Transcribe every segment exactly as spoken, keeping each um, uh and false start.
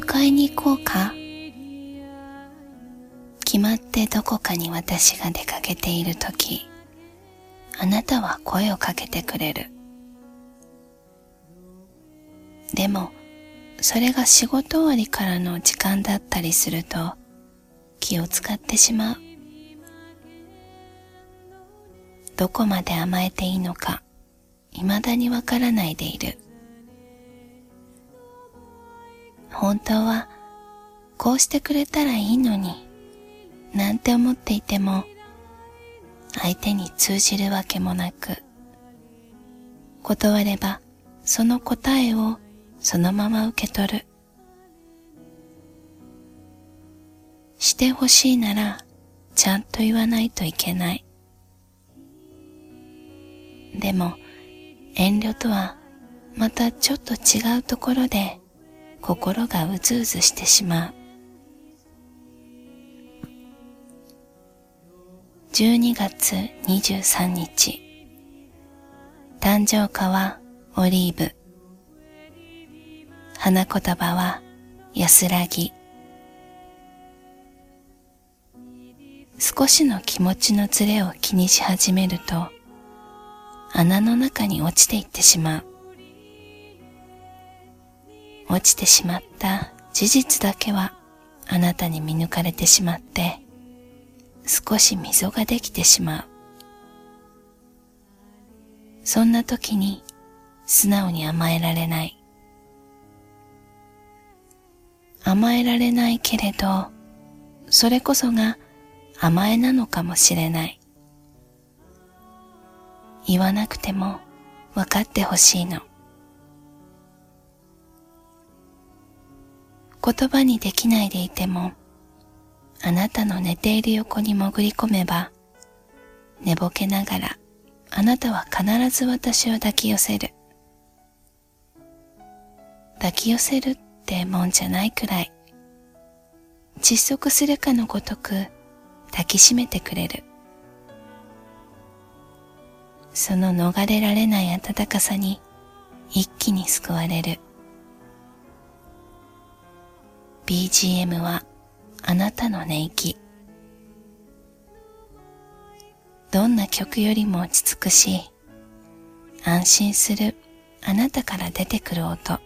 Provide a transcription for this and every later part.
迎えに行こうか。決まってどこかに私が出かけているとき、あなたは声をかけてくれる。でも、それが仕事終わりからの時間だったりすると、気を使ってしまう。どこまで甘えていいのか、未だにわからないでいる。本当は、こうしてくれたらいいのに、なんて思っていても、相手に通じるわけもなく、断ればその答えをそのまま受け取る。してほしいならちゃんと言わないといけない。でも遠慮とはまたちょっと違うところで心がうずうずしてしまう。じゅうにがつにじゅうさんにち、誕生花はオリーブ、花言葉は安らぎ。少しの気持ちのズレを気にし始めると、穴の中に落ちていってしまう。落ちてしまった事実だけはあなたに見抜かれてしまって、少し溝ができてしまう。そんな時に素直に甘えられない。甘えられないけれど、それこそが甘えなのかもしれない。言わなくても分かってほしいの。言葉にできないでいても、あなたの寝ている横に潜り込めば、寝ぼけながらあなたは必ず私を抱き寄せる。抱き寄せるってもんじゃないくらい、窒息するかのごとく抱きしめてくれる。その逃れられない温かさに一気に救われる。ビージーエム はあなたの寝息。どんな曲よりも落ち着くし、安心するあなたから出てくる音。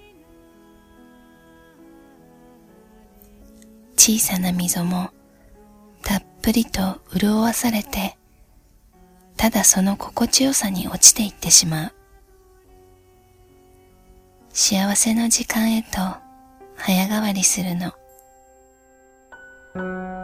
小さな溝もたっぷりと潤わされて、ただその心地よさに落ちていってしまう。幸せの時間へと早変わりするの。